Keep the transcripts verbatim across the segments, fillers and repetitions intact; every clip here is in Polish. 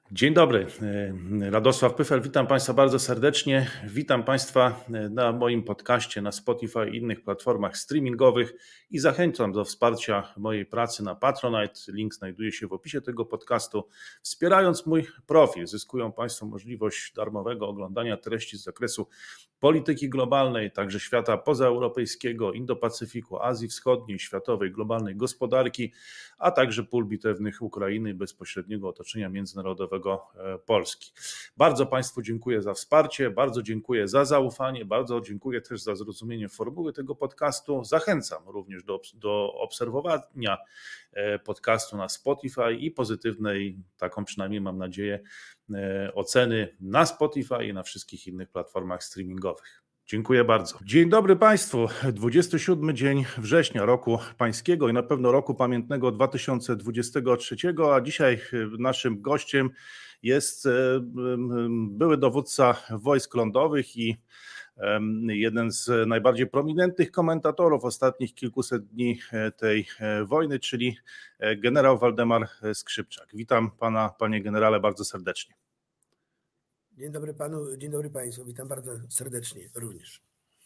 Dzień dobry, Radosław Pyfel, witam Państwa bardzo serdecznie. Witam Państwa na moim podcaście na Spotify i innych platformach streamingowych i zachęcam do wsparcia mojej pracy na Patronite. Link znajduje się w opisie tego podcastu. Wspierając mój profil, zyskują Państwo możliwość darmowego oglądania treści z zakresu polityki globalnej, także świata pozaeuropejskiego, Indo-Pacyfiku, Azji Wschodniej, światowej, globalnej gospodarki, a także pól bitewnych Ukrainy i bezpośredniego otoczenia międzynarodowego Polski. Bardzo Państwu dziękuję za wsparcie, bardzo dziękuję za zaufanie, bardzo dziękuję też za zrozumienie formuły tego podcastu. Zachęcam również do, do obserwowania podcastu na Spotify i pozytywnej, taką przynajmniej mam nadzieję, oceny na Spotify i na wszystkich innych platformach streamingowych. Dziękuję bardzo. Dzień dobry Państwu. dwudziesty siódmy dzień września roku pańskiego i na pewno roku pamiętnego dwa tysiące dwudziestego trzeciego, a dzisiaj naszym gościem jest były dowódca wojsk lądowych i jeden z najbardziej prominentnych komentatorów ostatnich kilkuset dni tej wojny, czyli generał Waldemar Skrzypczak. Witam Pana, Panie Generale, bardzo serdecznie. Dzień dobry Panu, dzień dobry Państwu, witam bardzo serdecznie również.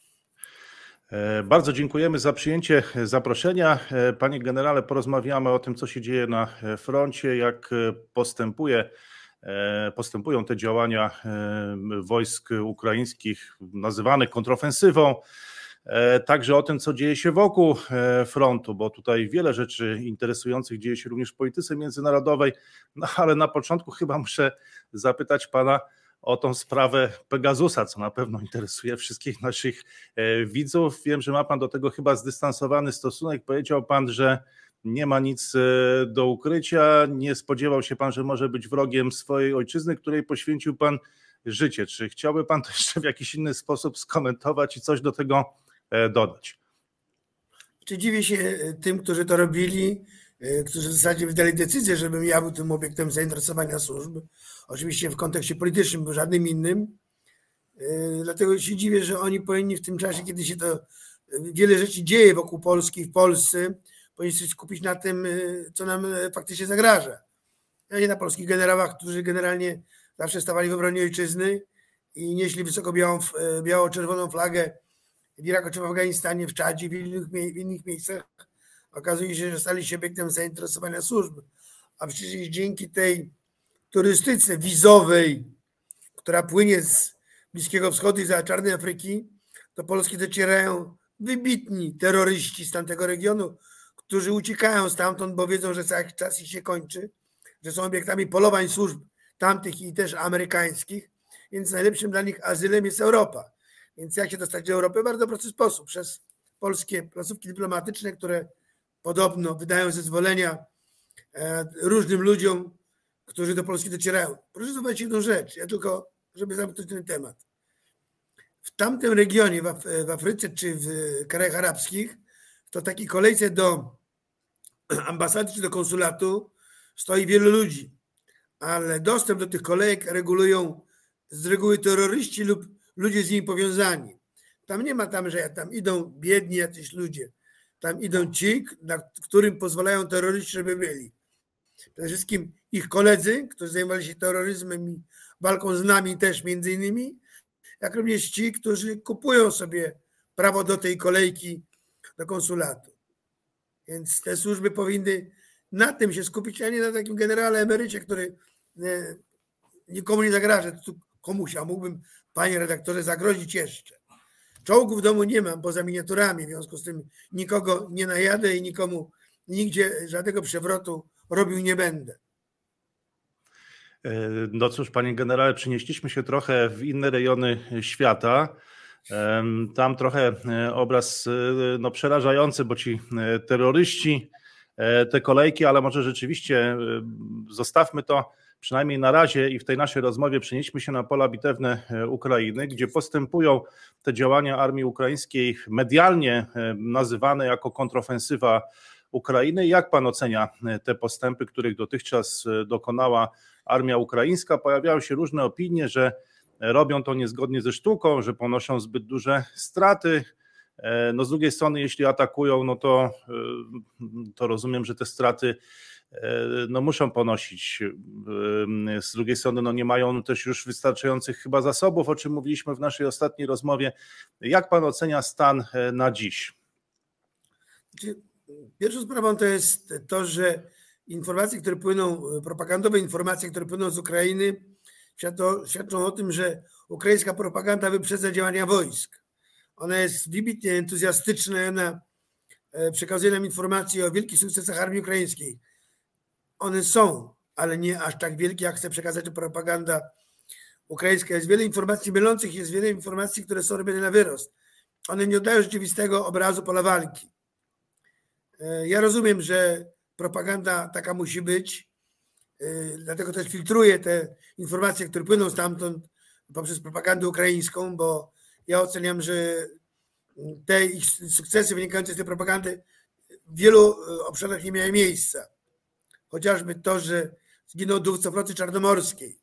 Bardzo dziękujemy za przyjęcie zaproszenia. Panie generale, porozmawiamy o tym, co się dzieje na froncie, jak postępuje, postępują te działania wojsk ukraińskich nazywane kontrofensywą. Także o tym, co dzieje się wokół frontu, bo tutaj wiele rzeczy interesujących dzieje się również w polityce międzynarodowej, no ale na początku chyba muszę zapytać Pana o tą sprawę Pegasusa, co na pewno interesuje wszystkich naszych widzów. Wiem, że ma Pan do tego chyba zdystansowany stosunek. Powiedział Pan, że nie ma nic do ukrycia, nie spodziewał się Pan, że może być wrogiem swojej ojczyzny, której poświęcił Pan życie. Czy chciałby Pan to jeszcze w jakiś inny sposób skomentować i coś do tego dodać? Czy dziwię się tym, którzy to robili, którzy w zasadzie wydali decyzję, żebym ja był tym obiektem zainteresowania służb. Oczywiście w kontekście politycznym, bo żadnym innym. Dlatego się dziwię, że oni powinni w tym czasie, kiedy się to wiele rzeczy dzieje wokół Polski, w Polsce, powinni się skupić na tym, co nam faktycznie zagraża. A nie na polskich generałach, którzy generalnie zawsze stawali w obronie ojczyzny i nieśli wysoko białą, biało-czerwoną flagę w Iraku czy w Afganistanie, w Czadzie, w innych, w innych miejscach. Okazuje się, że stali się obiektem zainteresowania służb. A przecież dzięki tej turystyce wizowej, która płynie z Bliskiego Wschodu i za Czarnej Afryki, do Polski docierają wybitni terroryści z tamtego regionu, którzy uciekają stamtąd, bo wiedzą, że cały czas ich się kończy, że są obiektami polowań służb tamtych i też amerykańskich, więc najlepszym dla nich azylem jest Europa. Więc jak się dostać do Europy? W bardzo prosty sposób. Przez polskie placówki dyplomatyczne, które podobno wydają zezwolenia różnym ludziom, którzy do Polski docierają. Proszę zobaczyć jedną rzecz, ja tylko, żeby zamknąć ten temat. W tamtym regionie, w, Af- w Afryce czy w krajach arabskich, to takiej kolejce do ambasady czy do konsulatu stoi wielu ludzi, ale dostęp do tych kolejek regulują z reguły terroryści lub ludzie z nimi powiązani. Tam nie ma tam, że tam idą biedni jacyś ludzie. Tam idą ci, na którym pozwalają terroryści, żeby byli. Przede wszystkim ich koledzy, którzy zajmowali się terroryzmem i walką z nami też między innymi, jak również ci, którzy kupują sobie prawo do tej kolejki do konsulatu. Więc te służby powinny na tym się skupić, a nie na takim generale emerycie, który nikomu nie zagraża. Tu komuś, a mógłbym, panie redaktorze, zagrozić jeszcze. Czołgów w domu nie mam poza miniaturami, w związku z tym nikogo nie najadę i nikomu nigdzie żadnego przewrotu robił nie będę. No cóż, panie generale, przenieśliśmy się trochę w inne rejony świata. Tam trochę obraz no, przerażający, bo ci terroryści, te kolejki, ale może rzeczywiście zostawmy to przynajmniej na razie i w tej naszej rozmowie przenieśmy się na pola bitewne Ukrainy, gdzie postępują te działania armii ukraińskiej medialnie nazywane jako kontrofensywa Ukrainy. Jak pan ocenia te postępy, których dotychczas dokonała armia ukraińska? Pojawiają się różne opinie, że robią to niezgodnie ze sztuką, że ponoszą zbyt duże straty. No z drugiej strony, jeśli atakują, no to, to rozumiem, że te straty no muszą ponosić. Z drugiej strony no nie mają też już wystarczających chyba zasobów, o czym mówiliśmy w naszej ostatniej rozmowie. Jak pan ocenia stan na dziś? Pierwszą sprawą to jest to, że informacje, które płyną, propagandowe informacje, które płyną z Ukrainy, świadczą o tym, że ukraińska propaganda wyprzedza działania wojsk. Ona jest wybitnie entuzjastyczna, ona przekazuje nam informacje o wielkich sukcesach armii ukraińskiej. One są, ale nie aż tak wielkie, jak chce przekazać propaganda ukraińska. Jest wiele informacji mylących, jest wiele informacji, które są robione na wyrost. One nie oddają rzeczywistego obrazu pola walki. Ja rozumiem, że propaganda taka musi być, dlatego też filtruję te informacje, które płyną stamtąd poprzez propagandę ukraińską, bo ja oceniam, że te ich sukcesy wynikające z tej propagandy w wielu obszarach nie miały miejsca. Chociażby to, że zginął dowódca floty czarnomorskiej.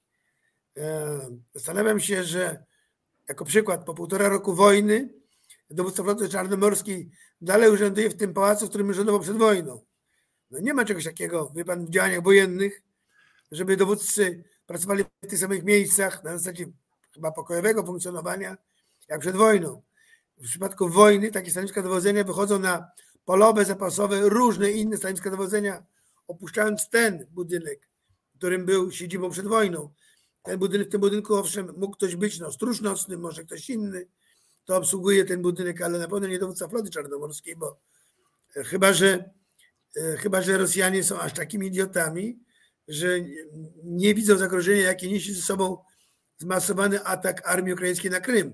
Zastanawiam się, że jako przykład po półtora roku wojny dowódca floty czarnomorskiej dalej urzęduje w tym pałacu, w którym urzędował przed wojną. No nie ma czegoś takiego, wie pan, w działaniach wojennych, żeby dowódcy pracowali w tych samych miejscach na zasadzie chyba pokojowego funkcjonowania, jak przed wojną. W przypadku wojny takie stanowiska dowodzenia wychodzą na polowe, zapasowe, różne inne stanowiska dowodzenia, opuszczając ten budynek, w którym był siedzibą przed wojną. Ten budynek, w tym budynku owszem mógł ktoś być, no stróż nocny, może ktoś inny, to obsługuje ten budynek, ale na pewno nie dowódca floty czarnomorskiej, bo chyba, że chyba, że Rosjanie są aż takimi idiotami, że nie widzą zagrożenia, jakie niesie ze sobą zmasowany atak armii ukraińskiej na Krym.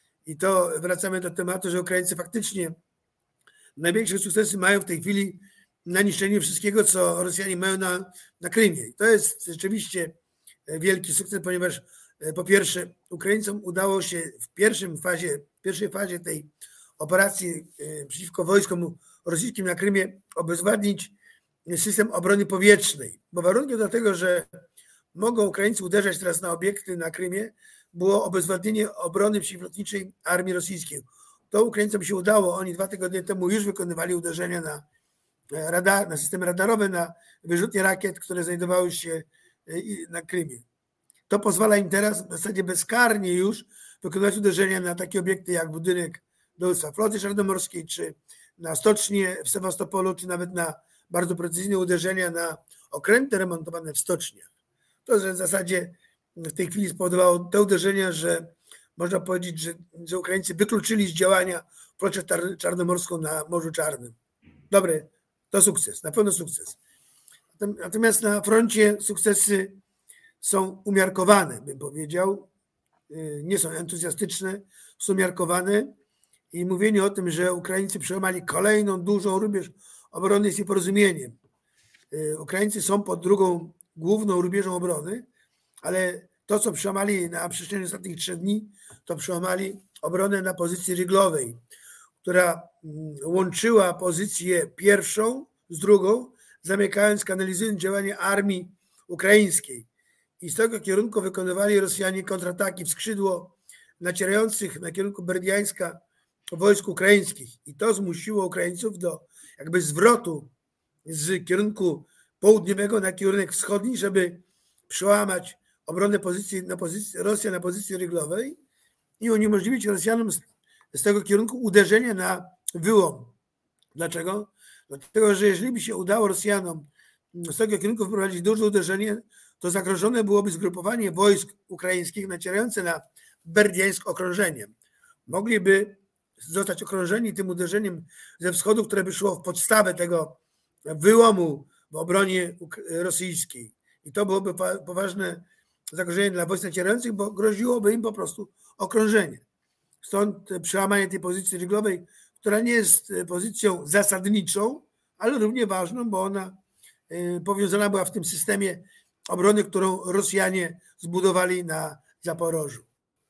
I to wracamy do tematu, że Ukraińcy faktycznie największe sukcesy mają w tej chwili na niszczeniu wszystkiego, co Rosjanie mają na, na Krymie. I to jest rzeczywiście wielki sukces, ponieważ po pierwsze Ukraińcom udało się w pierwszym fazie, w pierwszej fazie tej operacji przeciwko wojskom rosyjskim na Krymie obezwładnić system obrony powietrznej. Bo warunkiem do tego, że mogą Ukraińcy uderzać teraz na obiekty na Krymie, było obezwładnienie obrony przeciwlotniczej armii rosyjskiej. To Ukraińcom się udało. Oni dwa tygodnie temu już wykonywali uderzenia na, radar, na systemy radarowe, na wyrzutnie rakiet, które znajdowały się na Krymie. To pozwala im teraz w zasadzie bezkarnie już wykonywać uderzenia na takie obiekty jak budynek dowództwa floty czarnomorskiej, czy na stocznię w Sewastopolu, czy nawet na bardzo precyzyjne uderzenia na okręty remontowane w stoczniach. To w zasadzie w tej chwili spowodowało te uderzenia, że można powiedzieć, że, że Ukraińcy wykluczyli z działania flotę czarnomorską na Morzu Czarnym. Dobry, to sukces, na pewno sukces. Natomiast na froncie sukcesy są umiarkowane, bym powiedział. Nie są entuzjastyczne, są umiarkowane i mówienie o tym, że Ukraińcy przełamali kolejną dużą rubież obrony jest nieporozumieniem. Ukraińcy są pod drugą główną rubieżą obrony, ale to, co przełamali na przestrzeni ostatnich trzech dni, to przełamali obronę na pozycji ryglowej, która łączyła pozycję pierwszą z drugą, zamykając, kanalizując działanie armii ukraińskiej. I z tego kierunku wykonywali Rosjanie kontrataki w skrzydło nacierających na kierunku Berdiańska wojsk ukraińskich. I to zmusiło Ukraińców do jakby zwrotu z kierunku południowego na kierunek wschodni, żeby przełamać obronę pozycji, na pozycji, Rosja na pozycji ryglowej i uniemożliwić Rosjanom z, z tego kierunku uderzenie na wyłom. Dlaczego? Dlatego, że jeżeli by się udało Rosjanom z tego kierunku wprowadzić duże uderzenie, to zagrożone byłoby zgrupowanie wojsk ukraińskich nacierające na Berdiańsk okrążeniem. Mogliby zostać okrążeni tym uderzeniem ze wschodu, które by szło w podstawę tego wyłomu w obronie rosyjskiej. I to byłoby poważne zagrożenie dla wojsk nacierających, bo groziłoby im po prostu okrążenie. Stąd przełamanie tej pozycji ryglowej, która nie jest pozycją zasadniczą, ale równie ważną, bo ona powiązana była w tym systemie obrony, którą Rosjanie zbudowali na Zaporożu.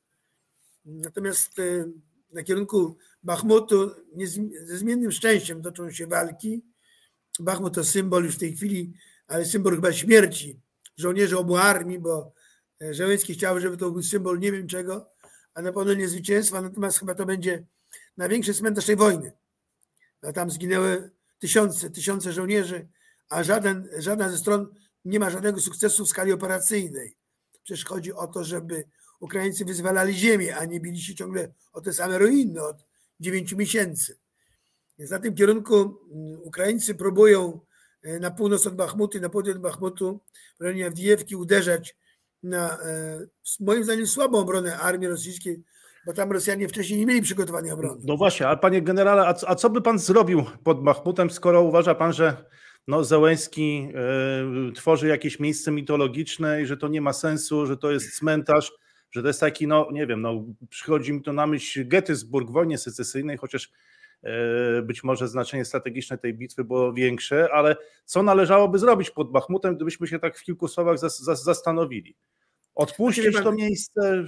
Natomiast na kierunku Bachmutu ze zmiennym szczęściem toczą się walki. Bachmut to symbol już w tej chwili, ale symbol chyba śmierci żołnierzy obu armii, bo Zełenski chciał, żeby to był symbol nie wiem czego, a na pewno nie zwycięstwa, natomiast chyba to będzie największy cmentarz tej wojny. A tam zginęły tysiące, tysiące żołnierzy, a żaden, żadna ze stron nie ma żadnego sukcesu w skali operacyjnej. Przecież chodzi o to, żeby Ukraińcy wyzwalali ziemię, a nie bili się ciągle o te same ruiny od dziewięciu miesięcy. Więc na tym kierunku Ukraińcy próbują na północ od Bachmutu, na południe od Bachmutu, w rejonie Awdijewki uderzać na moim zdaniem słabą obronę armii rosyjskiej, bo tam Rosjanie wcześniej nie mieli przygotowania obrony. No właśnie, ale panie generale, a co, a co by pan zrobił pod Bachmutem, skoro uważa pan, że no Zełenski y, tworzy jakieś miejsce mitologiczne i że to nie ma sensu, że to jest cmentarz, że to jest taki, no nie wiem, no przychodzi mi to na myśl Gettysburg w wojnie secesyjnej, chociaż y, być może znaczenie strategiczne tej bitwy było większe, ale co należałoby zrobić pod Bachmutem, gdybyśmy się tak w kilku słowach zas, zas, zastanowili? Odpuścić pan, to miejsce?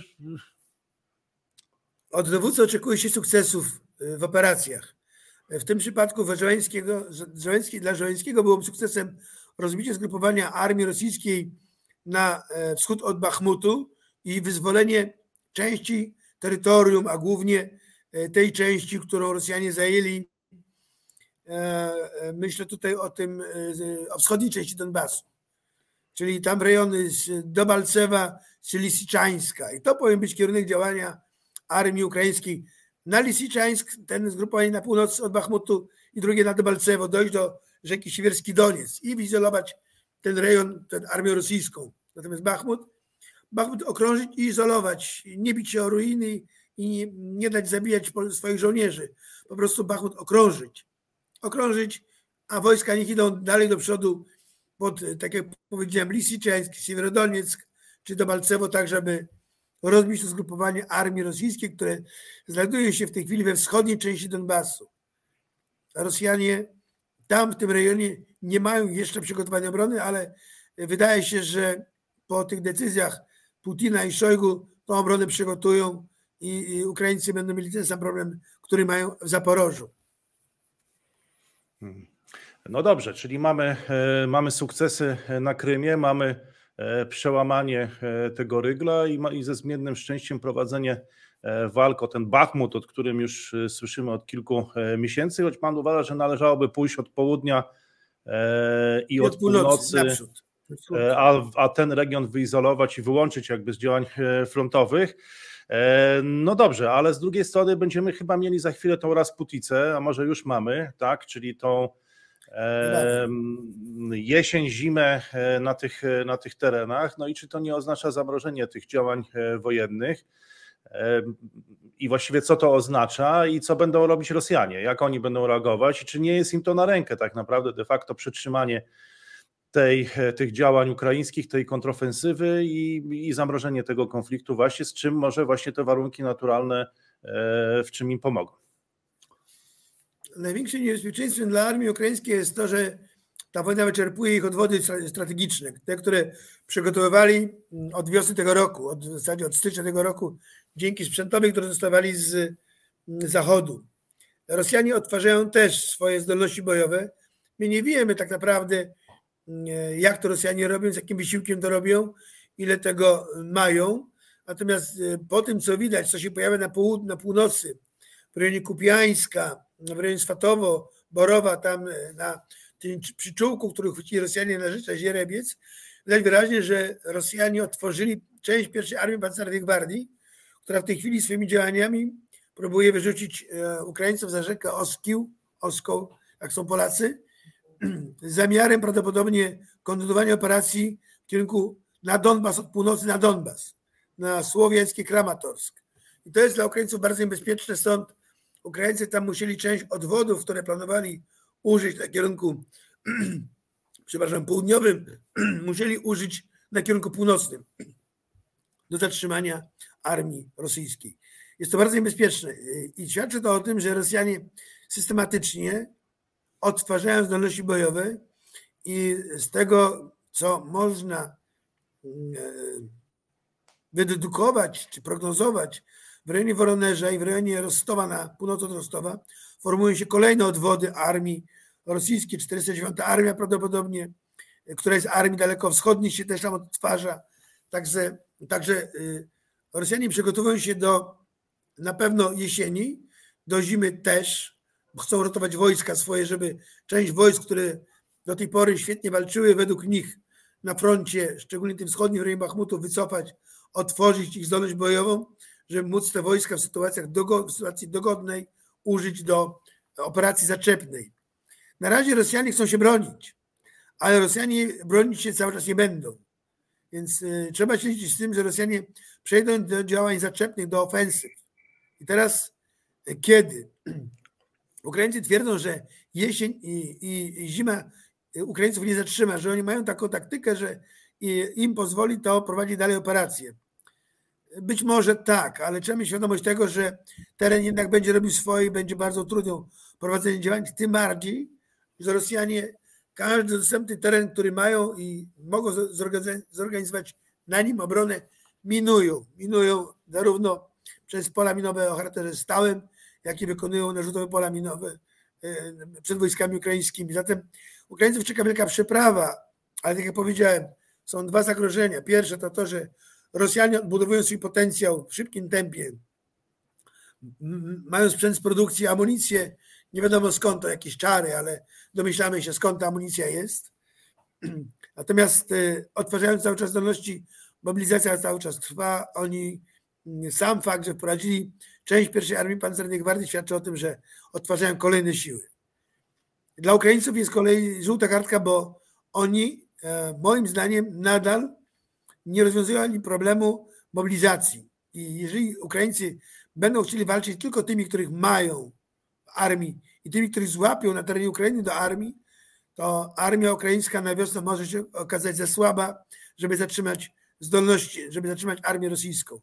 Od dowódcy oczekuje się sukcesów w operacjach. W tym przypadku Żołańskiego, Żołański, dla Żołańskiego byłoby sukcesem rozbicie zgrupowania armii rosyjskiej na wschód od Bachmutu i wyzwolenie części terytorium, a głównie tej części, którą Rosjanie zajęli. Myślę tutaj o tym, o wschodniej części Donbasu, czyli tam rejony do Balcewa czy Lisiczańska. I to powinien być kierunek działania armii ukraińskiej na Lisiczańsk, ten zgrupowanie na północ od Bachmutu i drugie na Debalcewo, dojść do rzeki Siewierski Doniec i izolować ten rejon, tę armię rosyjską. Natomiast Bachmut, Bachmut okrążyć i izolować, nie bić się o ruiny i nie, nie dać zabijać swoich żołnierzy. Po prostu Bachmut okrążyć. Okrążyć, a wojska niech idą dalej do przodu pod, tak jak powiedziałem, Lisiczańsk, Siewierodonieck czy Debalcewo, tak żeby rozbić to zgrupowanie armii rosyjskiej, które znajduje się w tej chwili we wschodniej części Donbasu. Rosjanie tam w tym rejonie nie mają jeszcze przygotowania obrony, ale wydaje się, że po tych decyzjach Putina i Szojgu tą obronę przygotują i, i Ukraińcy będą mieli ten sam problem, który mają w Zaporożu. No dobrze, czyli mamy, mamy sukcesy na Krymie, mamy przełamanie tego rygla i, ma, i ze zmiennym szczęściem prowadzenie walk o ten Bachmut, o którym już słyszymy od kilku miesięcy, choć pan uważa, że należałoby pójść od południa i, I od, od północy, naprzód. A, a ten region wyizolować i wyłączyć jakby z działań frontowych. No dobrze, ale z drugiej strony będziemy chyba mieli za chwilę tą Rasputicę, a może już mamy, tak, czyli tą jesień, zimę na tych, na tych terenach, no i czy to nie oznacza zamrożenie tych działań wojennych i właściwie co to oznacza i co będą robić Rosjanie, jak oni będą reagować i czy nie jest im to na rękę tak naprawdę de facto przetrzymanie tej, tych działań ukraińskich, tej kontrofensywy i, i zamrożenie tego konfliktu właśnie, z czym może właśnie te warunki naturalne w czym im pomogą. Największym niebezpieczeństwem dla armii ukraińskiej jest to, że ta wojna wyczerpuje ich odwody strategiczne, te, które przygotowywali od wiosny tego roku, od, w zasadzie od stycznia tego roku, dzięki sprzętowi, które dostawali z zachodu. Rosjanie odtwarzają też swoje zdolności bojowe. My nie wiemy tak naprawdę, jak to Rosjanie robią, z jakim wysiłkiem to robią, ile tego mają. Natomiast po tym, co widać, co się pojawia na, połud- na północy, w rejonie Kupiańska, w rejonie Swatowo, Borowa, tam na tym przyczółku, który chwycili Rosjanie na rzece Zierebiec, widać wyraźnie, że Rosjanie otworzyli część pierwszej Armii Pancernej Gwardii, która w tej chwili swoimi działaniami próbuje wyrzucić Ukraińców za rzekę Oskił, Oską, jak są Polacy, z zamiarem prawdopodobnie kontynuowania operacji w kierunku na Donbas, od północy na Donbas, na Słowiański Kramatorsk. I to jest dla Ukraińców bardzo niebezpieczne, stąd Ukraińcy tam musieli część odwodów, które planowali użyć na kierunku, przepraszam, południowym, musieli użyć na kierunku północnym do zatrzymania armii rosyjskiej. Jest to bardzo niebezpieczne i świadczy to o tym, że Rosjanie systematycznie odtwarzają zdolności bojowe i z tego, co można wydedukować czy prognozować, w rejonie Woronerza i w rejonie Rostowa, na północ od Rostowa, formują się kolejne odwody armii rosyjskiej, czterdziesta dziewiąta Armia prawdopodobnie, która jest armii dalekowschodniej, się też tam odtwarza. Także, także Rosjanie przygotowują się do na pewno jesieni, do zimy też, bo chcą ratować wojska swoje, żeby część wojsk, które do tej pory świetnie walczyły, według nich na froncie, szczególnie tym wschodnim w rejonie Bachmutu, wycofać, otworzyć ich zdolność bojową, żeby móc te wojska w sytuacjach dogo- w sytuacji dogodnej użyć do operacji zaczepnej. Na razie Rosjanie chcą się bronić, ale Rosjanie bronić się cały czas nie będą. Więc y, trzeba się liczyć z tym, że Rosjanie przejdą do działań zaczepnych, do ofensyw. I teraz y, kiedy Ukraińcy twierdzą, że jesień i, i, i zima Ukraińców nie zatrzyma, że oni mają taką taktykę, że im pozwoli to prowadzić dalej operacje. Być może tak, ale trzeba mieć świadomość tego, że teren jednak będzie robił swoje i będzie bardzo trudno prowadzenie działań, tym bardziej, że Rosjanie każdy dostępny teren, który mają i mogą zorganizować na nim obronę, minują. Minują zarówno przez pola minowe o charakterze stałym, jak i wykonują narzutowe pola minowe przed wojskami ukraińskimi. Zatem Ukraińców czeka wielka przeprawa, ale tak jak powiedziałem, są dwa zagrożenia. Pierwsze to to, że Rosjanie odbudowują swój potencjał w szybkim tempie, mają sprzęt z produkcji, amunicję, nie wiadomo skąd to, jakieś czary, ale domyślamy się, skąd ta amunicja jest. Natomiast odtwarzając cały czas zdolności, mobilizacja cały czas trwa. Oni, sam fakt, że wprowadzili część pierwszej Armii Pancernej Gwardii, świadczy o tym, że odtwarzają kolejne siły. Dla Ukraińców jest kolej żółta kartka, bo oni moim zdaniem nadal nie rozwiązują ani problemu mobilizacji. I jeżeli Ukraińcy będą chcieli walczyć tylko tymi, których mają w armii i tymi, których złapią na terenie Ukrainy do armii, to armia ukraińska na wiosnę może się okazać za słaba, żeby zatrzymać zdolności, żeby zatrzymać armię rosyjską.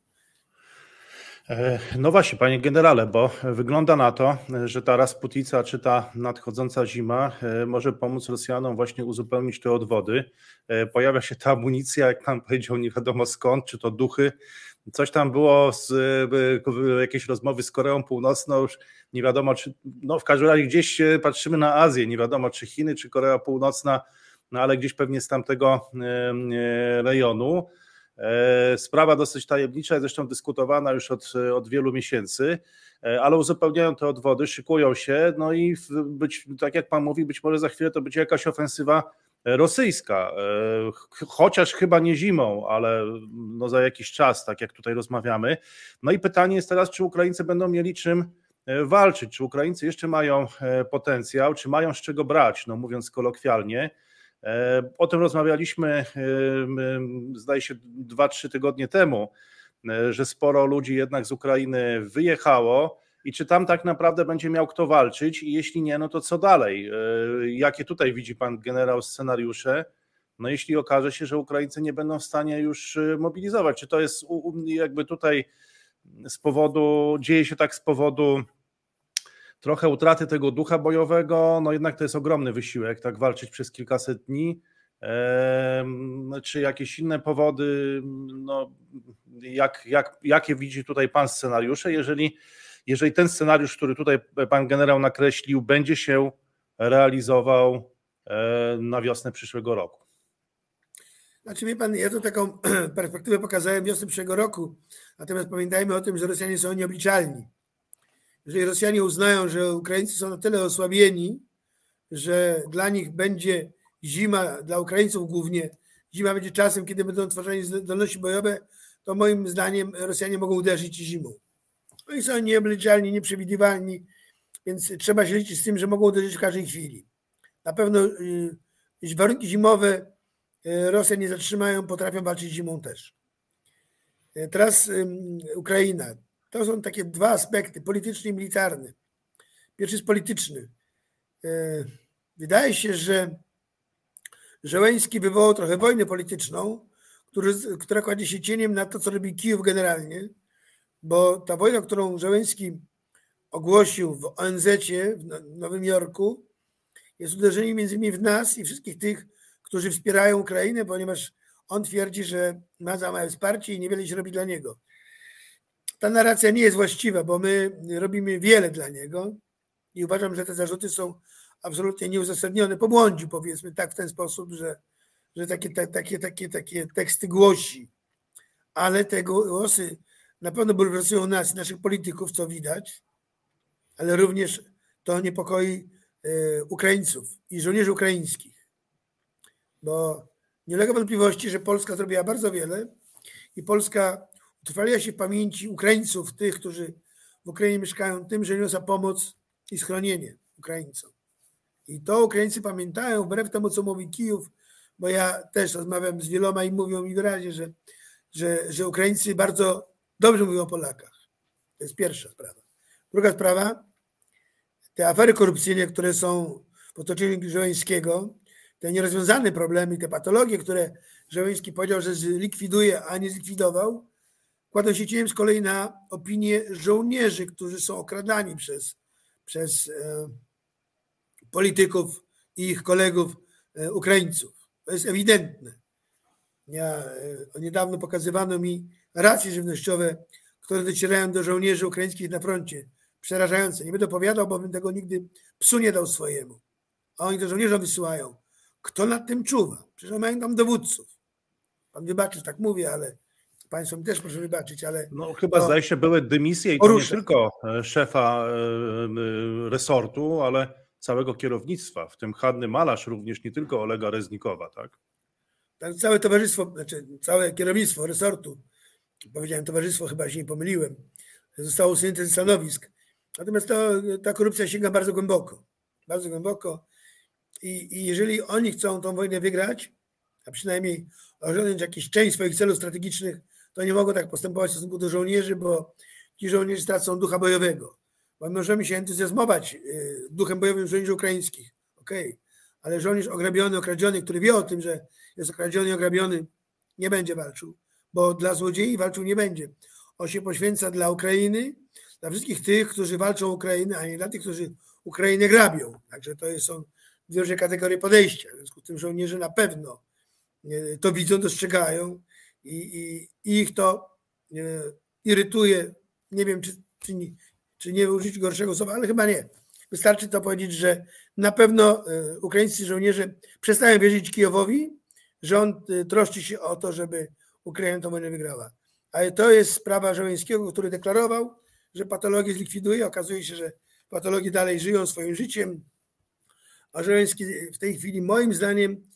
No właśnie, panie generale, bo wygląda na to, że ta Rasputica czy ta nadchodząca zima może pomóc Rosjanom właśnie uzupełnić te odwody. Pojawia się ta amunicja, jak pan powiedział, nie wiadomo skąd, czy to duchy. Coś tam było, z, jakieś rozmowy z Koreą Północną, już nie wiadomo, czy, no w każdym razie gdzieś patrzymy na Azję, nie wiadomo czy Chiny, czy Korea Północna, no ale gdzieś pewnie z tamtego rejonu. Sprawa dosyć tajemnicza, zresztą dyskutowana już od, od wielu miesięcy, ale uzupełniają te odwody, szykują się, no i być, tak jak pan mówi, być może za chwilę to będzie jakaś ofensywa rosyjska, chociaż chyba nie zimą, ale no za jakiś czas, tak jak tutaj rozmawiamy. No i pytanie jest teraz, czy Ukraińcy będą mieli czym walczyć, czy Ukraińcy jeszcze mają potencjał, czy mają z czego brać, no mówiąc kolokwialnie. O tym rozmawialiśmy, zdaje się, dwa trzy tygodnie temu, że sporo ludzi jednak z Ukrainy wyjechało i czy tam tak naprawdę będzie miał kto walczyć i jeśli nie, no to co dalej? Jakie tutaj widzi pan generał scenariusze? No jeśli okaże się, że Ukraińcy nie będą w stanie już mobilizować, czy to jest jakby tutaj z powodu, dzieje się tak z powodu trochę utraty tego ducha bojowego, no jednak to jest ogromny wysiłek, tak walczyć przez kilkaset dni, eee, czy jakieś inne powody, no jak, jak, jakie widzi tutaj pan scenariusze, jeżeli, jeżeli ten scenariusz, który tutaj pan generał nakreślił, będzie się realizował e, na wiosnę przyszłego roku? Znaczy wie pan, ja to taką perspektywę pokazałem wiosny przyszłego roku, natomiast pamiętajmy o tym, że Rosjanie są nieobliczalni. Jeżeli Rosjanie uznają, że Ukraińcy są na tyle osłabieni, że dla nich będzie zima, dla Ukraińców głównie, zima będzie czasem, kiedy będą tworzeni zdolności bojowe, to moim zdaniem Rosjanie mogą uderzyć zimą. Oni są nieobliczalni, nieprzewidywalni, więc trzeba się liczyć z tym, że mogą uderzyć w każdej chwili. Na pewno yy, warunki zimowe yy, Rosja nie zatrzymają, potrafią walczyć zimą też. Yy, teraz yy, Ukraina. To są takie dwa aspekty, polityczny i militarny. Pierwszy jest polityczny. Wydaje się, że Zełenski wywołał trochę wojnę polityczną, który, która kładzie się cieniem na to, co robi Kijów generalnie, bo ta wojna, którą Zełenski ogłosił w O N Z-cie w Nowym Jorku, jest uderzeniem między innymi w nas i wszystkich tych, którzy wspierają Ukrainę, ponieważ on twierdzi, że ma za małe wsparcie i niewiele się robi dla niego. Ta narracja nie jest właściwa, bo my robimy wiele dla niego i uważam, że te zarzuty są absolutnie nieuzasadnione. Pobłądził, powiedzmy tak, w ten sposób, że, że takie, takie, takie, takie teksty głosi. Ale te głosy na pewno bulwersują nas, naszych polityków, co widać, ale również to niepokoi Ukraińców i żołnierzy ukraińskich. bo nie ulega wątpliwości, że Polska zrobiła bardzo wiele i Polska utrwaliła się w pamięci Ukraińców, tych, którzy w Ukrainie mieszkają, tym, że niosła pomoc i schronienie Ukraińcom. I to Ukraińcy pamiętają, wbrew temu, co mówi Kijów, bo ja też rozmawiam z wieloma i mówią mi wyraźnie, że, że, że Ukraińcy bardzo dobrze mówią o Polakach. To jest pierwsza sprawa. Druga sprawa, te afery korupcyjne, które są w otoczeniu Żeleńskiego, te nierozwiązane problemy, te patologie, które Żeleński powiedział, że zlikwiduje, a nie zlikwidował, kładą się cieniem z kolei na opinię żołnierzy, którzy są okradani przez, przez e, polityków i ich kolegów e, Ukraińców. To jest ewidentne. Ja, e, niedawno pokazywano mi racje żywnościowe, które docierają do żołnierzy ukraińskich na froncie. Przerażające. Nie będę opowiadał, bo bym tego nigdy psu nie dał swojemu. A oni to żołnierzom wysyłają. Kto nad tym czuwa? Przecież oni mają tam dowódców. Pan wybaczy, tak mówię, ale Państwo mi też proszę wybaczyć, ale... No chyba zdaje się były dymisje i to nie tylko szefa resortu, ale całego kierownictwa, w tym Hanny Malarz, również nie tylko Olega Reznikowa, tak? Tak, całe towarzystwo, znaczy całe kierownictwo resortu, powiedziałem towarzystwo, chyba się nie pomyliłem, zostało usunięte ze stanowisk. Natomiast to, ta korupcja sięga bardzo głęboko, bardzo głęboko i, i jeżeli oni chcą tą wojnę wygrać, a przynajmniej osiągnąć jakąś część swoich celów strategicznych, to nie mogą tak postępować w stosunku do żołnierzy, bo ci żołnierze stracą ducha bojowego. Bo możemy się entuzjazmować duchem bojowym żołnierzy ukraińskich, okej, okay. Ale żołnierz ograbiony, okradziony, który wie o tym, że jest okradziony i ograbiony, nie będzie walczył, bo dla złodziei walczył nie będzie. On się poświęca dla Ukrainy, dla wszystkich tych, którzy walczą o Ukrainę, a nie dla tych, którzy Ukrainę grabią. Także to są dwie różne kategorie podejścia. W związku z tym żołnierze na pewno to widzą, dostrzegają i, i, i ich to irytuje. Nie wiem, czy, czy, nie, czy nie użyć gorszego słowa, ale chyba nie. Wystarczy to powiedzieć, że na pewno ukraińscy żołnierze przestają wierzyć Kijowowi, że on troszczy się o to, żeby Ukraina tę wojnę wygrała. Ale to jest sprawa Żeleńskiego, który deklarował, że patologię zlikwiduje. Okazuje się, że patologie dalej żyją swoim życiem, a Żeleński w tej chwili moim zdaniem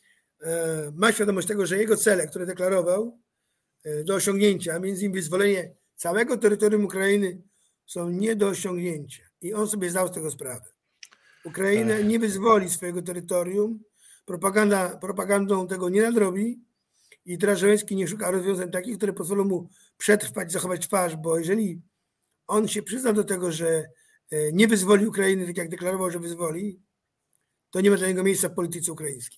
ma świadomość tego, że jego cele, które deklarował do osiągnięcia, a między innymi wyzwolenie całego terytorium Ukrainy, są nie do osiągnięcia. I on sobie zdał z tego sprawę. Ukraina nie wyzwoli swojego terytorium, propaganda, propagandą tego nie nadrobi i teraz Żeleński nie szuka rozwiązań takich, które pozwolą mu przetrwać, zachować twarz, bo jeżeli on się przyzna do tego, że nie wyzwoli Ukrainy, tak jak deklarował, że wyzwoli, to nie ma dla niego miejsca w polityce ukraińskiej.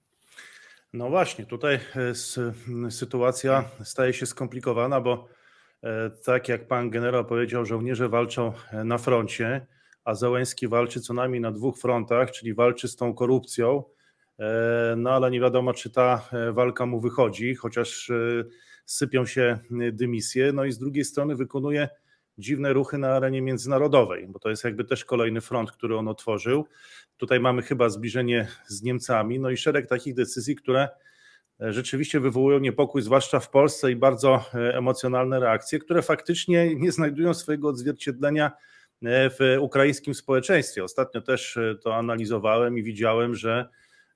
No właśnie, tutaj sytuacja staje się skomplikowana, bo tak jak pan generał powiedział, żołnierze walczą na froncie, a Zełenski walczy co najmniej na dwóch frontach, czyli walczy z tą korupcją, no ale nie wiadomo, czy ta walka mu wychodzi, chociaż sypią się dymisje, no i z drugiej strony wykonuje dziwne ruchy na arenie międzynarodowej, bo to jest jakby też kolejny front, który on otworzył. Tutaj mamy chyba zbliżenie z Niemcami, no i szereg takich decyzji, które rzeczywiście wywołują niepokój, zwłaszcza w Polsce i bardzo emocjonalne reakcje, które faktycznie nie znajdują swojego odzwierciedlenia w ukraińskim społeczeństwie. Ostatnio też to analizowałem i widziałem, że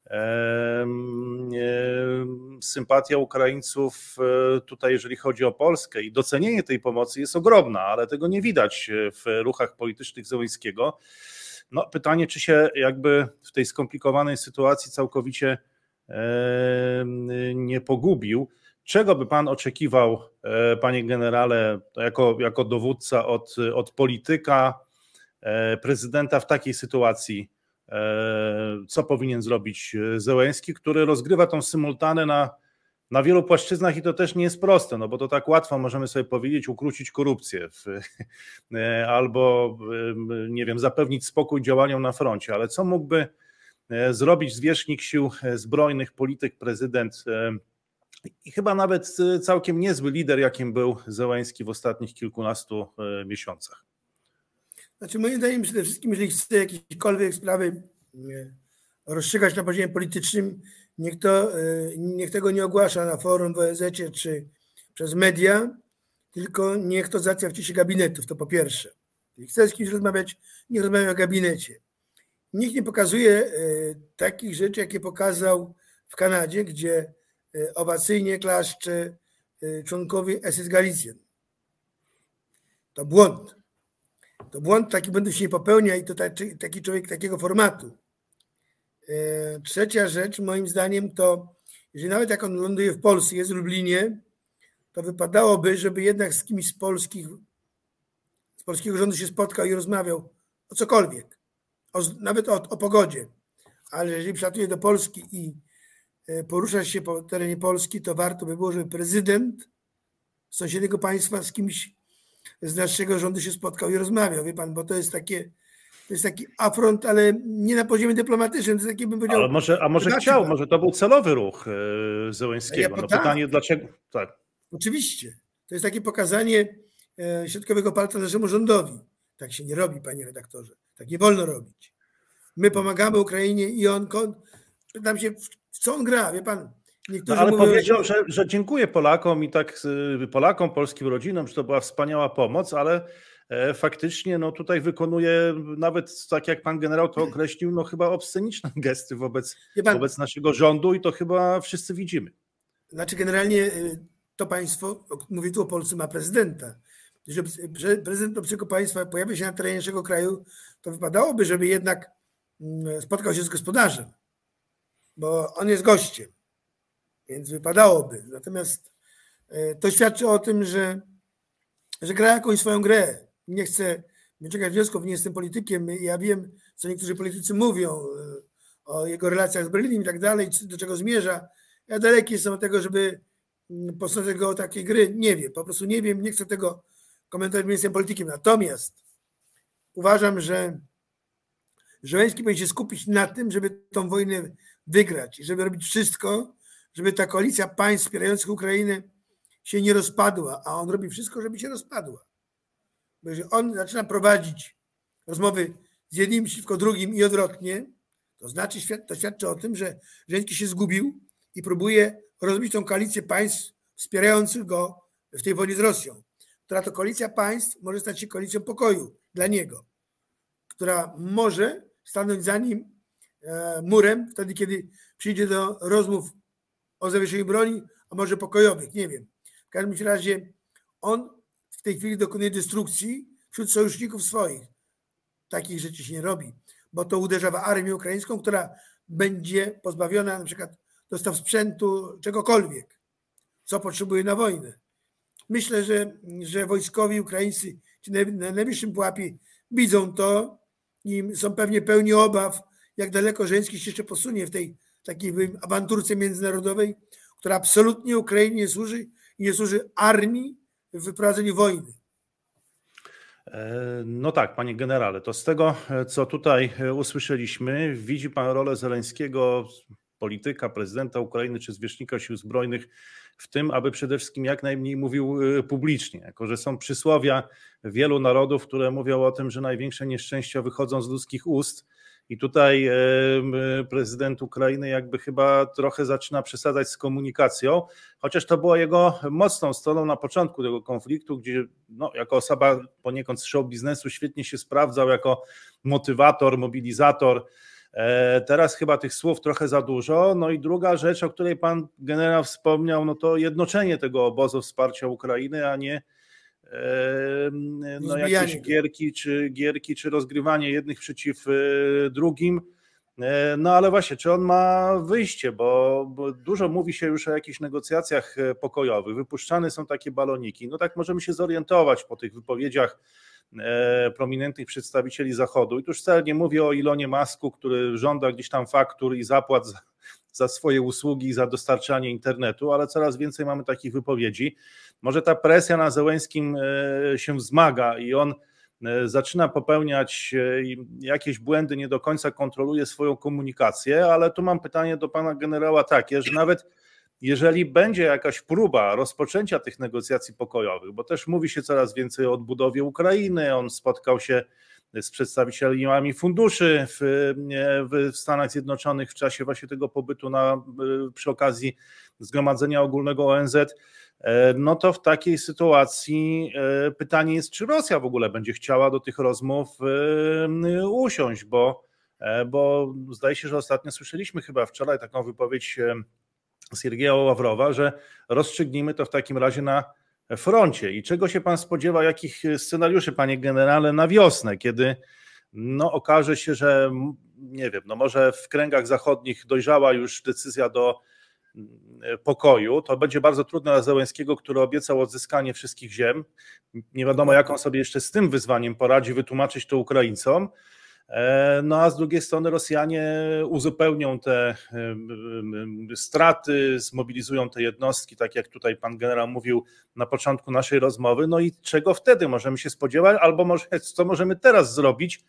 sympatia Ukraińców tutaj, jeżeli chodzi o Polskę i docenienie tej pomocy jest ogromna, ale tego nie widać w ruchach politycznych Zełenskiego. No, pytanie, czy się jakby w tej skomplikowanej sytuacji całkowicie nie pogubił. Czego by pan oczekiwał, panie generale, jako, jako dowódca od, od polityka, prezydenta w takiej sytuacji? Co powinien zrobić Zełenski, który rozgrywa tą symultanę na, na wielu płaszczyznach i to też nie jest proste, no bo to tak łatwo możemy sobie powiedzieć, ukrócić korupcję w, albo, nie wiem, zapewnić spokój działaniom na froncie, ale co mógłby zrobić zwierzchnik sił zbrojnych, polityk, prezydent i chyba nawet całkiem niezły lider, jakim był Zełenski w ostatnich kilkunastu miesiącach? Znaczy moim zdaniem przede wszystkim, jeżeli chce jakiekolwiek sprawy rozstrzygać na poziomie politycznym, niech, to, niech tego nie ogłasza na forum w O E Z cie czy przez media, tylko niech to załatwia w czasie gabinetów, to po pierwsze. Jeśli chce z kimś rozmawiać, niech rozmawia w gabinecie. Nikt nie pokazuje takich rzeczy, jakie pokazał w Kanadzie, gdzie owacyjnie klaszcze członkowie es es Galicjan. To błąd. To błąd taki błędów się nie popełnia i to taki człowiek takiego formatu. Trzecia rzecz, moim zdaniem, to jeżeli nawet jak on ląduje w Polsce, jest w Lublinie, to wypadałoby, żeby jednak z kimś z polskich, z polskiego rządu się spotkał i rozmawiał o cokolwiek, o, nawet o, o pogodzie. Ale jeżeli przylatuje do Polski i porusza się po terenie Polski, to warto by było, żeby prezydent sąsiedniego państwa z kimś z naszego rządu się spotkał i rozmawiał, wie pan, bo to jest takie, to jest taki afront, ale nie na poziomie dyplomatycznym, to jest taki, bym powiedział... Ale może, a może chciał, może to był celowy ruch Zełenskiego. Ja, no tak. Pytanie dlaczego... Tak. Oczywiście. To jest takie pokazanie środkowego palca naszemu rządowi. Tak się nie robi, panie redaktorze. Tak nie wolno robić. My pomagamy Ukrainie i on... Pytam się, w co on gra, wie pan? No, ale mówią, powiedział, że, że dziękuję Polakom i tak Polakom, polskim rodzinom, że to była wspaniała pomoc, ale faktycznie no tutaj wykonuje nawet tak jak pan generał to określił, no chyba obsceniczne gesty wobec, pan, wobec naszego rządu i to chyba wszyscy widzimy. Znaczy generalnie to państwo, mówię tu o Polsce, ma prezydenta. Jeżeli prezydent obcego państwa pojawia się na terenie naszego kraju, to wypadałoby, żeby jednak spotkał się z gospodarzem, bo on jest gościem. Więc wypadałoby. Natomiast to świadczy o tym, że, że gra jakąś swoją grę. Nie chcę wyciągać wniosków, nie jestem politykiem. Ja wiem, co niektórzy politycy mówią o jego relacjach z Berlinem i tak dalej, do czego zmierza. Ja daleki jestem od tego, żeby posądzać go o takiej gry. Nie wiem, po prostu nie wiem, nie chcę tego komentować, nie jestem politykiem. Natomiast uważam, że Zełenski powinien się skupić na tym, żeby tą wojnę wygrać i żeby robić wszystko, żeby ta koalicja państw wspierających Ukrainę się nie rozpadła, a on robi wszystko, żeby się rozpadła. Bo jeżeli on zaczyna prowadzić rozmowy z jednym przeciwko drugim i odwrotnie, to znaczy, to świadczy o tym, że Zełenski się zgubił i próbuje rozbić tą koalicję państw wspierających go w tej wojnie z Rosją, która to koalicja państw może stać się koalicją pokoju dla niego, która może stanąć za nim murem wtedy, kiedy przyjdzie do rozmów o zawieszeniu broni, a może pokojowych, nie wiem. W każdym razie on w tej chwili dokonuje destrukcji wśród sojuszników swoich. Takich rzeczy się nie robi, bo to uderza w armię ukraińską, która będzie pozbawiona na przykład dostaw sprzętu, czegokolwiek, co potrzebuje na wojnę. Myślę, że, że wojskowi ukraińscy ci na najwyższym pułapie widzą to i są pewnie pełni obaw, jak daleko Zełenski się jeszcze posunie w tej takiej awanturce międzynarodowej, która absolutnie Ukrainie nie służy i nie służy armii w wyprowadzeniu wojny. No tak, panie generale, to z tego, co tutaj usłyszeliśmy, widzi pan rolę Zełenskiego, polityka, prezydenta Ukrainy czy zwierzchnika sił zbrojnych w tym, aby przede wszystkim jak najmniej mówił publicznie, jako że są przysłowia wielu narodów, które mówią o tym, że największe nieszczęścia wychodzą z ludzkich ust. I tutaj prezydent Ukrainy jakby chyba trochę zaczyna przesadzać z komunikacją, chociaż to było jego mocną stroną na początku tego konfliktu, gdzie no, jako osoba poniekąd z show biznesu świetnie się sprawdzał jako motywator, mobilizator. Teraz chyba tych słów trochę za dużo. No i druga rzecz, o której pan generał wspomniał, no to jednoczenie tego obozu wsparcia Ukrainy, a nie no jakieś gierki czy, gierki, czy rozgrywanie jednych przeciw drugim. No ale właśnie, czy on ma wyjście, bo, bo dużo mówi się już o jakichś negocjacjach pokojowych, wypuszczane są takie baloniki. No tak możemy się zorientować po tych wypowiedziach prominentnych przedstawicieli Zachodu. I tu już wcale nie mówię o Elonie Musku, który żąda gdzieś tam faktur i zapłat za, za swoje usługi, za dostarczanie internetu, ale coraz więcej mamy takich wypowiedzi. Może ta presja na Zełenskim się wzmaga i on zaczyna popełniać jakieś błędy, nie do końca kontroluje swoją komunikację, ale tu mam pytanie do pana generała takie, że nawet jeżeli będzie jakaś próba rozpoczęcia tych negocjacji pokojowych, bo też mówi się coraz więcej o odbudowie Ukrainy, on spotkał się z przedstawicielami funduszy w, w Stanach Zjednoczonych w czasie właśnie tego pobytu na, przy okazji Zgromadzenia Ogólnego O N Z, no to w takiej sytuacji pytanie jest, czy Rosja w ogóle będzie chciała do tych rozmów usiąść, bo bo zdaje się, że ostatnio słyszeliśmy chyba wczoraj taką wypowiedź Siergieja Ławrowa, że rozstrzygnijmy to w takim razie na froncie. I czego się pan spodziewa, jakich scenariuszy, panie generale, na wiosnę, kiedy no, okaże się, że nie wiem, no może w kręgach zachodnich dojrzała już decyzja do pokoju, to będzie bardzo trudne dla Zełenskiego, który obiecał odzyskanie wszystkich ziem. Nie wiadomo, jak on sobie jeszcze z tym wyzwaniem poradzi, wytłumaczyć to Ukraińcom. No a z drugiej strony Rosjanie uzupełnią te straty, zmobilizują te jednostki, tak jak tutaj pan generał mówił na początku naszej rozmowy. No i czego wtedy możemy się spodziewać, albo może, co możemy teraz zrobić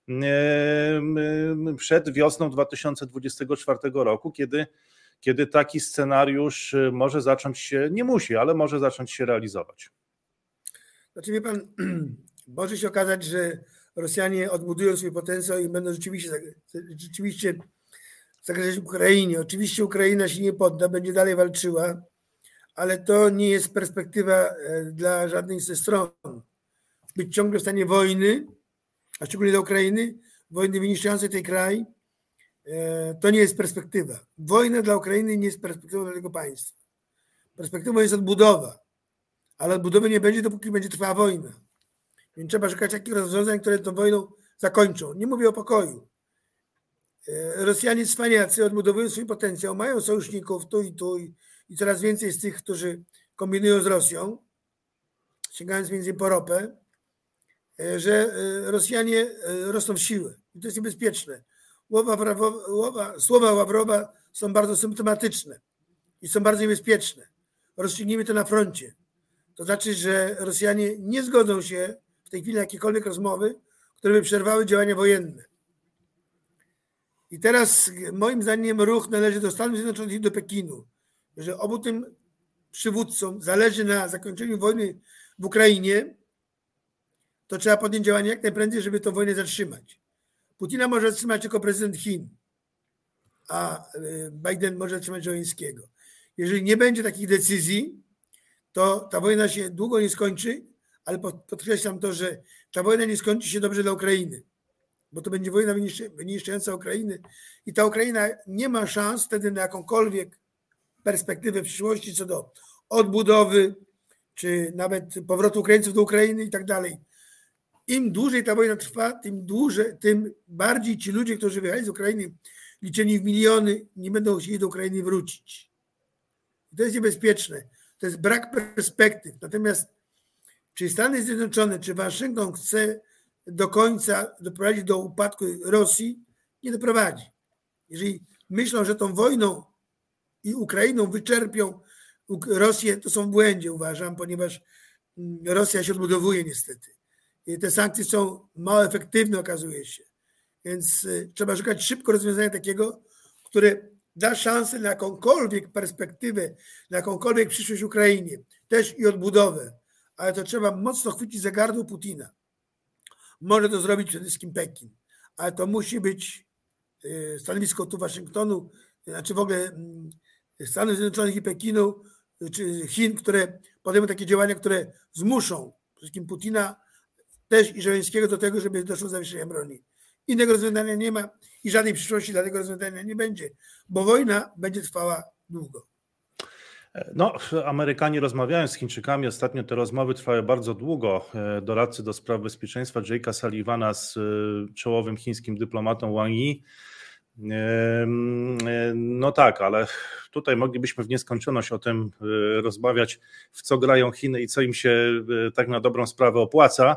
przed wiosną dwa tysiące dwudziestego czwartego roku, kiedy, kiedy taki scenariusz może zacząć się, nie musi, ale może zacząć się realizować. Znaczy wie pan, może się okazać, że Rosjanie odbudują swój potencjał i będą rzeczywiście, rzeczywiście zagrażać Ukrainie. Oczywiście Ukraina się nie podda, będzie dalej walczyła, ale to nie jest perspektywa dla żadnej ze stron. Być ciągle w stanie wojny, a szczególnie dla Ukrainy, wojny wyniszczającej ten kraj, to nie jest perspektywa. Wojna dla Ukrainy nie jest perspektywą dla tego państwa. Perspektywą jest odbudowa, ale odbudowy nie będzie, dopóki będzie trwała wojna. Więc trzeba szukać takich rozwiązań, które tą wojną zakończą. Nie mówię o pokoju. Rosjanie cwaniacy odbudowują swój potencjał, mają sojuszników tu i tu i coraz więcej jest tych, którzy kombinują z Rosją, sięgając między innymi po ropę, że Rosjanie rosną w siłę. I to jest niebezpieczne. Łowa, łowa, słowa Ławrowa są bardzo symptomatyczne i są bardzo niebezpieczne. Rozstrzygnijmy to na froncie. To znaczy, że Rosjanie nie zgodzą się w tej chwili na jakiekolwiek rozmowy, które by przerwały działania wojenne. I teraz moim zdaniem ruch należy do Stanów Zjednoczonych i do Pekinu, że obu tym przywódcom zależy na zakończeniu wojny w Ukrainie, to trzeba podjąć działania jak najprędzej, żeby tę wojnę zatrzymać. Putina może zatrzymać tylko prezydent Chin, a Biden może zatrzymać Zełenskiego. Jeżeli nie będzie takich decyzji, to ta wojna się długo nie skończy, ale podkreślam to, że ta wojna nie skończy się dobrze dla Ukrainy, bo to będzie wojna wyniszczająca Ukrainy i ta Ukraina nie ma szans wtedy na jakąkolwiek perspektywę w przyszłości co do odbudowy, czy nawet powrotu Ukraińców do Ukrainy i tak dalej. Im dłużej ta wojna trwa, tym dłużej, tym bardziej ci ludzie, którzy wyjechali z Ukrainy, liczeni w miliony, nie będą chcieli do Ukrainy wrócić. I to jest niebezpieczne. To jest brak perspektyw. Natomiast czy Stany Zjednoczone, czy Waszyngton chce do końca doprowadzić do upadku Rosji? Nie doprowadzi. Jeżeli myślą, że tą wojną i Ukrainą wyczerpią Rosję, to są w błędzie, uważam, ponieważ Rosja się odbudowuje niestety. I te sankcje są mało efektywne, okazuje się. Więc trzeba szukać szybko rozwiązania takiego, które da szansę na jakąkolwiek perspektywę, na jakąkolwiek przyszłość Ukrainie, też i odbudowę, ale to trzeba mocno chwycić za gardło Putina. Może to zrobić przede wszystkim Pekin, ale to musi być stanowisko tu Waszyngtonu, znaczy w ogóle Stanów Zjednoczonych i Pekinu, czy Chin, które podejmą takie działania, które zmuszą przede wszystkim Putina też i Zełenskiego do tego, żeby doszło do zawieszenia broni. Innego rozwiązania nie ma i żadnej przyszłości dla tego rozwiązania nie będzie, bo wojna będzie trwała długo. No, Amerykanie rozmawiają z Chińczykami, ostatnio te rozmowy trwały bardzo długo. Doradcy do spraw bezpieczeństwa Jake'a Sullivana z czołowym chińskim dyplomatą Wang Yi. No tak, ale tutaj moglibyśmy w nieskończoność o tym rozmawiać, w co grają Chiny i co im się tak na dobrą sprawę opłaca.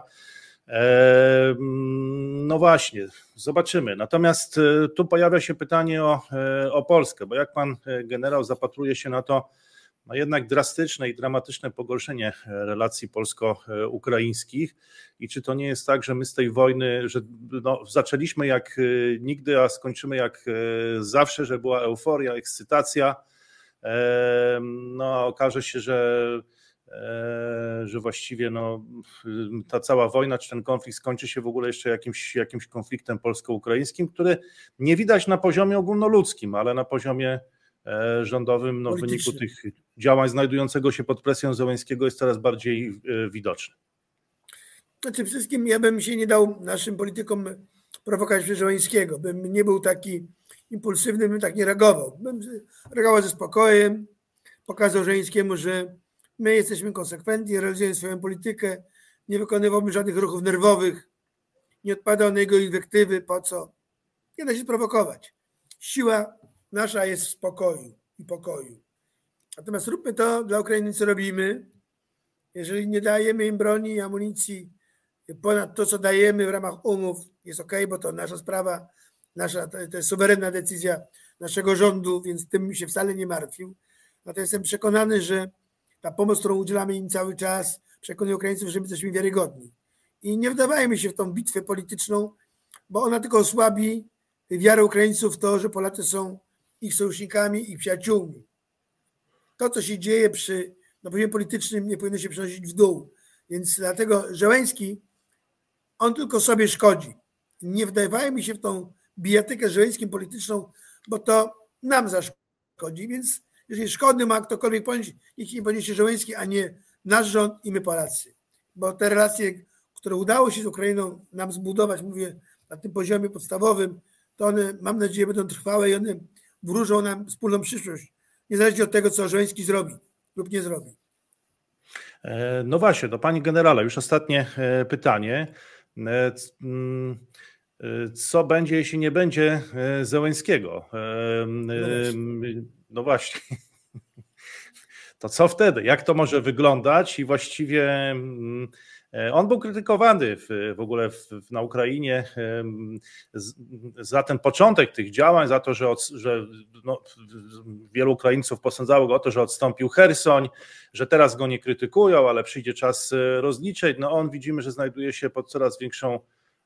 No właśnie, zobaczymy. Natomiast tu pojawia się pytanie o, o Polskę, bo jak pan generał zapatruje się na to, no jednak drastyczne i dramatyczne pogorszenie relacji polsko-ukraińskich i czy to nie jest tak, że my z tej wojny, że no, zaczęliśmy jak nigdy, a skończymy jak zawsze, że była euforia, ekscytacja, no okaże się, że że właściwie no, ta cała wojna czy ten konflikt skończy się w ogóle jeszcze jakimś, jakimś konfliktem polsko-ukraińskim, który nie widać na poziomie ogólnoludzkim, ale na poziomie rządowym no, w wyniku tych działań znajdującego się pod presją Zełenskiego jest coraz bardziej widoczny. Znaczy wszystkim ja bym się nie dał naszym politykom prowokować przez Żeleńskiego. Bym nie był taki impulsywny, bym tak nie reagował. Bym reagował ze spokojem, pokazał Żeleńskiemu, że my jesteśmy konsekwentni, realizujemy swoją politykę, nie wykonywałbym żadnych ruchów nerwowych, nie odpadał na jego inwektywy, po co? Nie da się prowokować. Siła nasza jest w spokoju i pokoju. Natomiast róbmy to dla Ukrainy, co robimy. Jeżeli nie dajemy im broni i amunicji ponad to, co dajemy w ramach umów, jest ok, bo to nasza sprawa, nasza, to jest suwerenna decyzja naszego rządu, więc tym mi się wcale nie martwił. Natomiast jestem przekonany, że ta pomoc, którą udzielamy im cały czas, przekonuje Ukraińców, że my jesteśmy wiarygodni. I nie wdawajmy się w tą bitwę polityczną, bo ona tylko osłabi wiarę Ukraińców w to, że Polacy są ich sojusznikami i przyjaciółmi. To, co się dzieje przy na poziomie politycznym, nie powinno się przenosić w dół. Więc dlatego Żeleński, on tylko sobie szkodzi. Nie wdawajmy się w tą bijatykę z Żeleńskim polityczną, bo to nam zaszkodzi. Więc jeżeli szkodny ma ktokolwiek ponieść, niech nie poniesie Żeleński, a nie nasz rząd i my Polacy. Bo te relacje, które udało się z Ukrainą nam zbudować, mówię na tym poziomie podstawowym, to one, mam nadzieję, będą trwałe i one wróżą nam wspólną przyszłość. Niezależnie od tego, co Żeleński zrobi lub nie zrobi. No właśnie, do pani generale, już ostatnie pytanie. Co będzie, jeśli nie będzie Zełenskiego? No właśnie. No właśnie. To co wtedy? Jak to może wyglądać? I właściwie on był krytykowany w, w ogóle w, na Ukrainie z, za ten początek tych działań, za to, że, od, że no, wielu Ukraińców posądzało go o to, że odstąpił Chersoń, że teraz go nie krytykują, ale przyjdzie czas rozliczeń. No on widzimy, że znajduje się pod coraz większą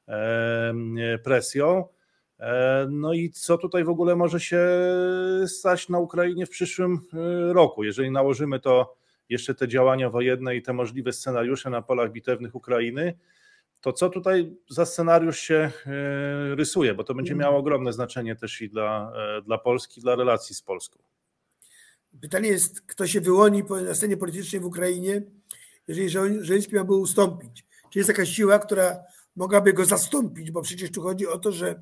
presją. No i co tutaj w ogóle może się stać na Ukrainie w przyszłym roku, jeżeli nałożymy to jeszcze te działania wojenne i te możliwe scenariusze na polach bitewnych Ukrainy, to co tutaj za scenariusz się rysuje, bo to będzie miało ogromne znaczenie też i dla, dla Polski, dla relacji z Polską. Pytanie jest, kto się wyłoni na scenie politycznej w Ukrainie, jeżeli Żeleński miałby ustąpić. Czy jest jakaś siła, która mogłaby go zastąpić, bo przecież tu chodzi o to, że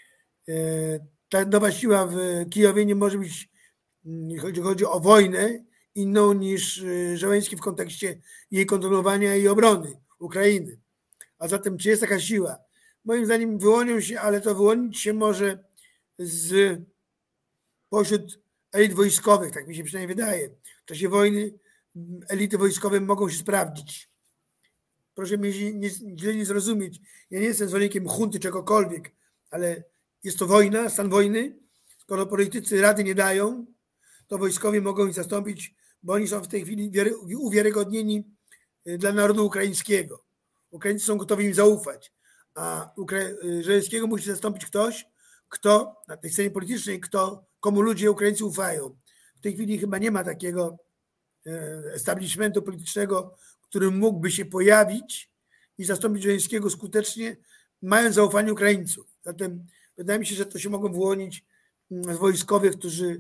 ta nowa siła w Kijowie nie może być, chodzi, chodzi o wojnę, inną niż Żeleński w kontekście jej kontynuowania i obrony Ukrainy. A zatem czy jest taka siła? Moim zdaniem wyłonią się, ale to wyłonić się może z pośród elit wojskowych, tak mi się przynajmniej wydaje. W czasie wojny elity wojskowe mogą się sprawdzić. Proszę mnie źle nie zrozumieć. Ja nie jestem zwolennikiem hunty czegokolwiek, ale jest to wojna, stan wojny. Skoro politycy rady nie dają, to wojskowi mogą ich zastąpić, bo oni są w tej chwili uwiarygodnieni dla narodu ukraińskiego. Ukraińcy są gotowi im zaufać, a Ukra- Żeleńskiego musi zastąpić ktoś, kto na tej scenie politycznej, kto, komu ludzie Ukraińcy ufają. W tej chwili chyba nie ma takiego establishmentu politycznego, który mógłby się pojawić i zastąpić Żeleńskiego skutecznie, mając zaufanie Ukraińców. Zatem wydaje mi się, że to się mogą wyłonić z wojskowych, którzy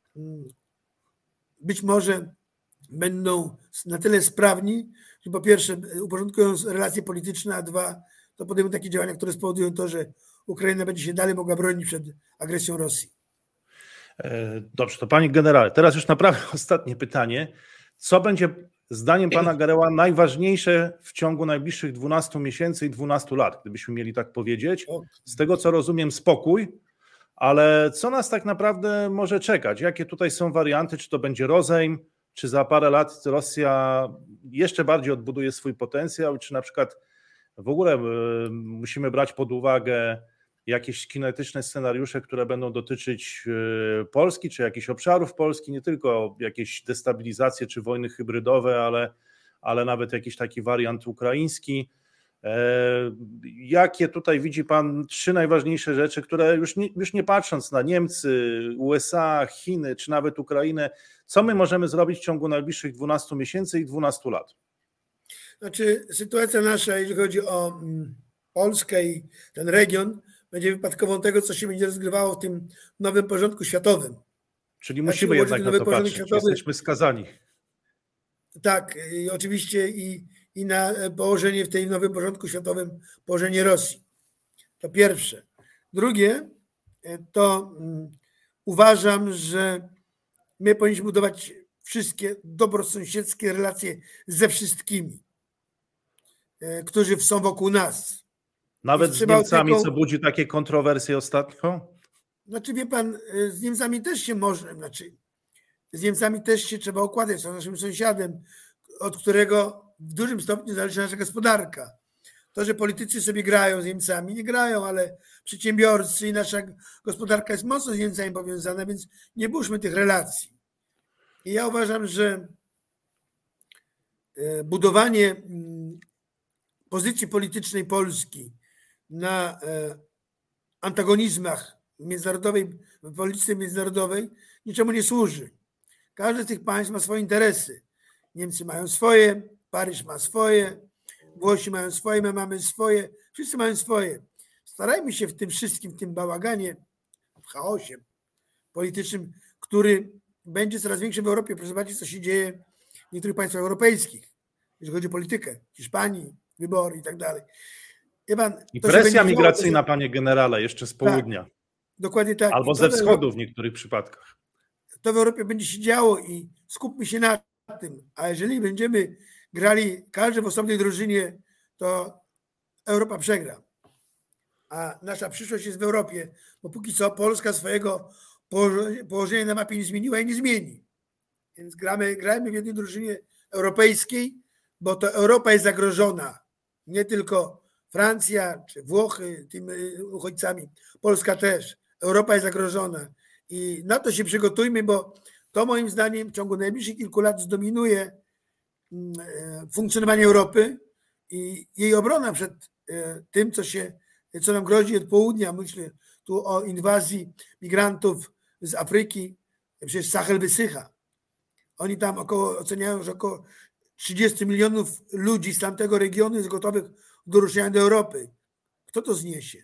być może będą na tyle sprawni, że po pierwsze uporządkują relacje polityczne, a dwa to podejmą takie działania, które spowodują to, że Ukraina będzie się dalej mogła bronić przed agresją Rosji. Dobrze, to panie generale, teraz już naprawdę ostatnie pytanie. Co będzie zdaniem pana Gereła najważniejsze w ciągu najbliższych dwunastu miesięcy i dwunastu lat, gdybyśmy mieli tak powiedzieć? Z tego co rozumiem spokój, ale co nas tak naprawdę może czekać? Jakie tutaj są warianty? Czy to będzie rozejm? Czy za parę lat Rosja jeszcze bardziej odbuduje swój potencjał? Czy na przykład w ogóle musimy brać pod uwagę jakieś kinetyczne scenariusze, które będą dotyczyć Polski, czy jakichś obszarów Polski, nie tylko jakieś destabilizacje czy wojny hybrydowe, ale, ale nawet jakiś taki wariant ukraiński. Jakie tutaj widzi pan trzy najważniejsze rzeczy, które już nie, już nie patrząc na Niemcy, U S A, Chiny czy nawet Ukrainę, co my możemy zrobić w ciągu najbliższych dwunastu miesięcy i dwunastu lat? Znaczy sytuacja nasza, jeżeli chodzi o Polskę i ten region, będzie wypadkową tego, co się będzie rozgrywało w tym nowym porządku światowym. Czyli musimy tak jednak na to patrzeć, światowy, jesteśmy skazani. Tak, i oczywiście i, i na położenie w tym nowym porządku światowym, położenie Rosji. To pierwsze. Drugie, to uważam, że my powinniśmy budować wszystkie dobrosąsiedzkie relacje ze wszystkimi, którzy są wokół nas. Nawet z Niemcami, opieką... co budzi takie kontrowersje ostatnio? Znaczy, wie pan, z Niemcami też się może, znaczy z Niemcami też się trzeba układać, są naszym sąsiadem, od którego w dużym stopniu zależy nasza gospodarka. To, że politycy sobie grają z Niemcami, nie grają, ale przedsiębiorcy i nasza gospodarka jest mocno z Niemcami powiązana, więc nie burzmy tych relacji. I ja uważam, że budowanie pozycji politycznej Polski na antagonizmach międzynarodowej, w polityce międzynarodowej niczemu nie służy. Każde z tych państw ma swoje interesy. Niemcy mają swoje, Paryż ma swoje, Włosi mają swoje, my mamy swoje, wszyscy mają swoje. Starajmy się w tym wszystkim, w tym bałaganie, w chaosie politycznym, który będzie coraz większy w Europie. Proszę zobaczyć, co się dzieje w niektórych państwach europejskich, jeżeli chodzi o politykę, Hiszpanii, wybory i tak dalej. Pan, I presja migracyjna, panie generale, jeszcze z południa. Tak, dokładnie tak. Albo ze wschodu w niektórych przypadkach. To w Europie będzie się działo i skupmy się na tym. A jeżeli będziemy grali każdy w osobnej drużynie, to Europa przegra. A nasza przyszłość jest w Europie, bo póki co Polska swojego położenia na mapie nie zmieniła i nie zmieni. Więc gramy, grajmy w jednej drużynie europejskiej, bo to Europa jest zagrożona. Nie tylko Francja czy Włochy tymi uchodźcami, Polska też. Europa jest zagrożona. I na to się przygotujmy, bo to moim zdaniem w ciągu najbliższych kilku lat zdominuje funkcjonowanie Europy i jej obrona przed tym, co się, co nam grozi od południa. Myślę tu o inwazji migrantów z Afryki, przecież Sahel wysycha. Oni tam około, oceniają, że około trzydzieści milionów ludzi z tamtego regionu jest gotowych do ruszenia do Europy. Kto to zniesie?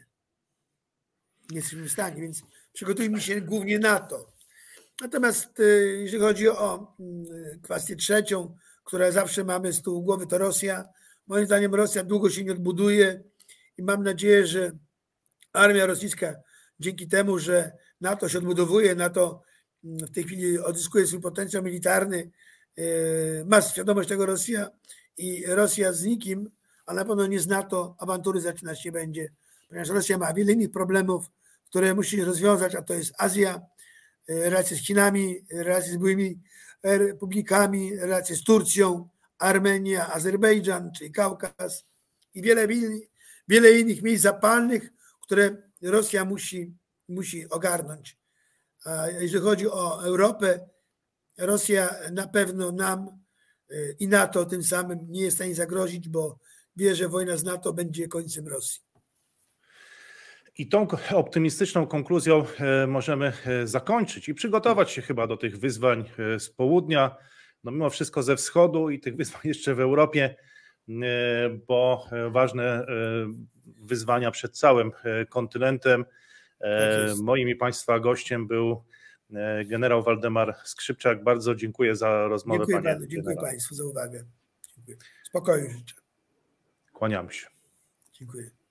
Nie jesteśmy w stanie, więc przygotujmy się głównie na to. Natomiast jeżeli chodzi o kwestię trzecią, która zawsze mamy z tyłu głowy, to Rosja. Moim zdaniem Rosja długo się nie odbuduje i mam nadzieję, że armia rosyjska dzięki temu, że NATO się odbudowuje, NATO w tej chwili odzyskuje swój potencjał militarny, ma świadomość tego Rosja i Rosja z nikim, a na pewno nie z NATO, awantury zaczynać się będzie, ponieważ Rosja ma wiele innych problemów, które musi rozwiązać, a to jest Azja, relacje z Chinami, relacje z byłymi republikami, relacje z Turcją, Armenia, Azerbejdżan, czyli Kaukaz i wiele, wiele innych miejsc zapalnych, które Rosja musi, musi ogarnąć. A jeżeli chodzi o Europę, Rosja na pewno nam i NATO tym samym nie jest w stanie zagrozić, bo wie, że wojna z NATO będzie końcem Rosji. I tą optymistyczną konkluzją możemy zakończyć i przygotować się chyba do tych wyzwań z południa, no mimo wszystko ze wschodu i tych wyzwań jeszcze w Europie, bo ważne wyzwania przed całym kontynentem. Tak Moim i Państwa gościem był generał Waldemar Skrzypczak. Bardzo dziękuję za rozmowę. Dziękuję panie bardzo, dziękuję Państwu za uwagę. Dziękuję. Spokoju życzę. Kłaniamy się. Dziękuję.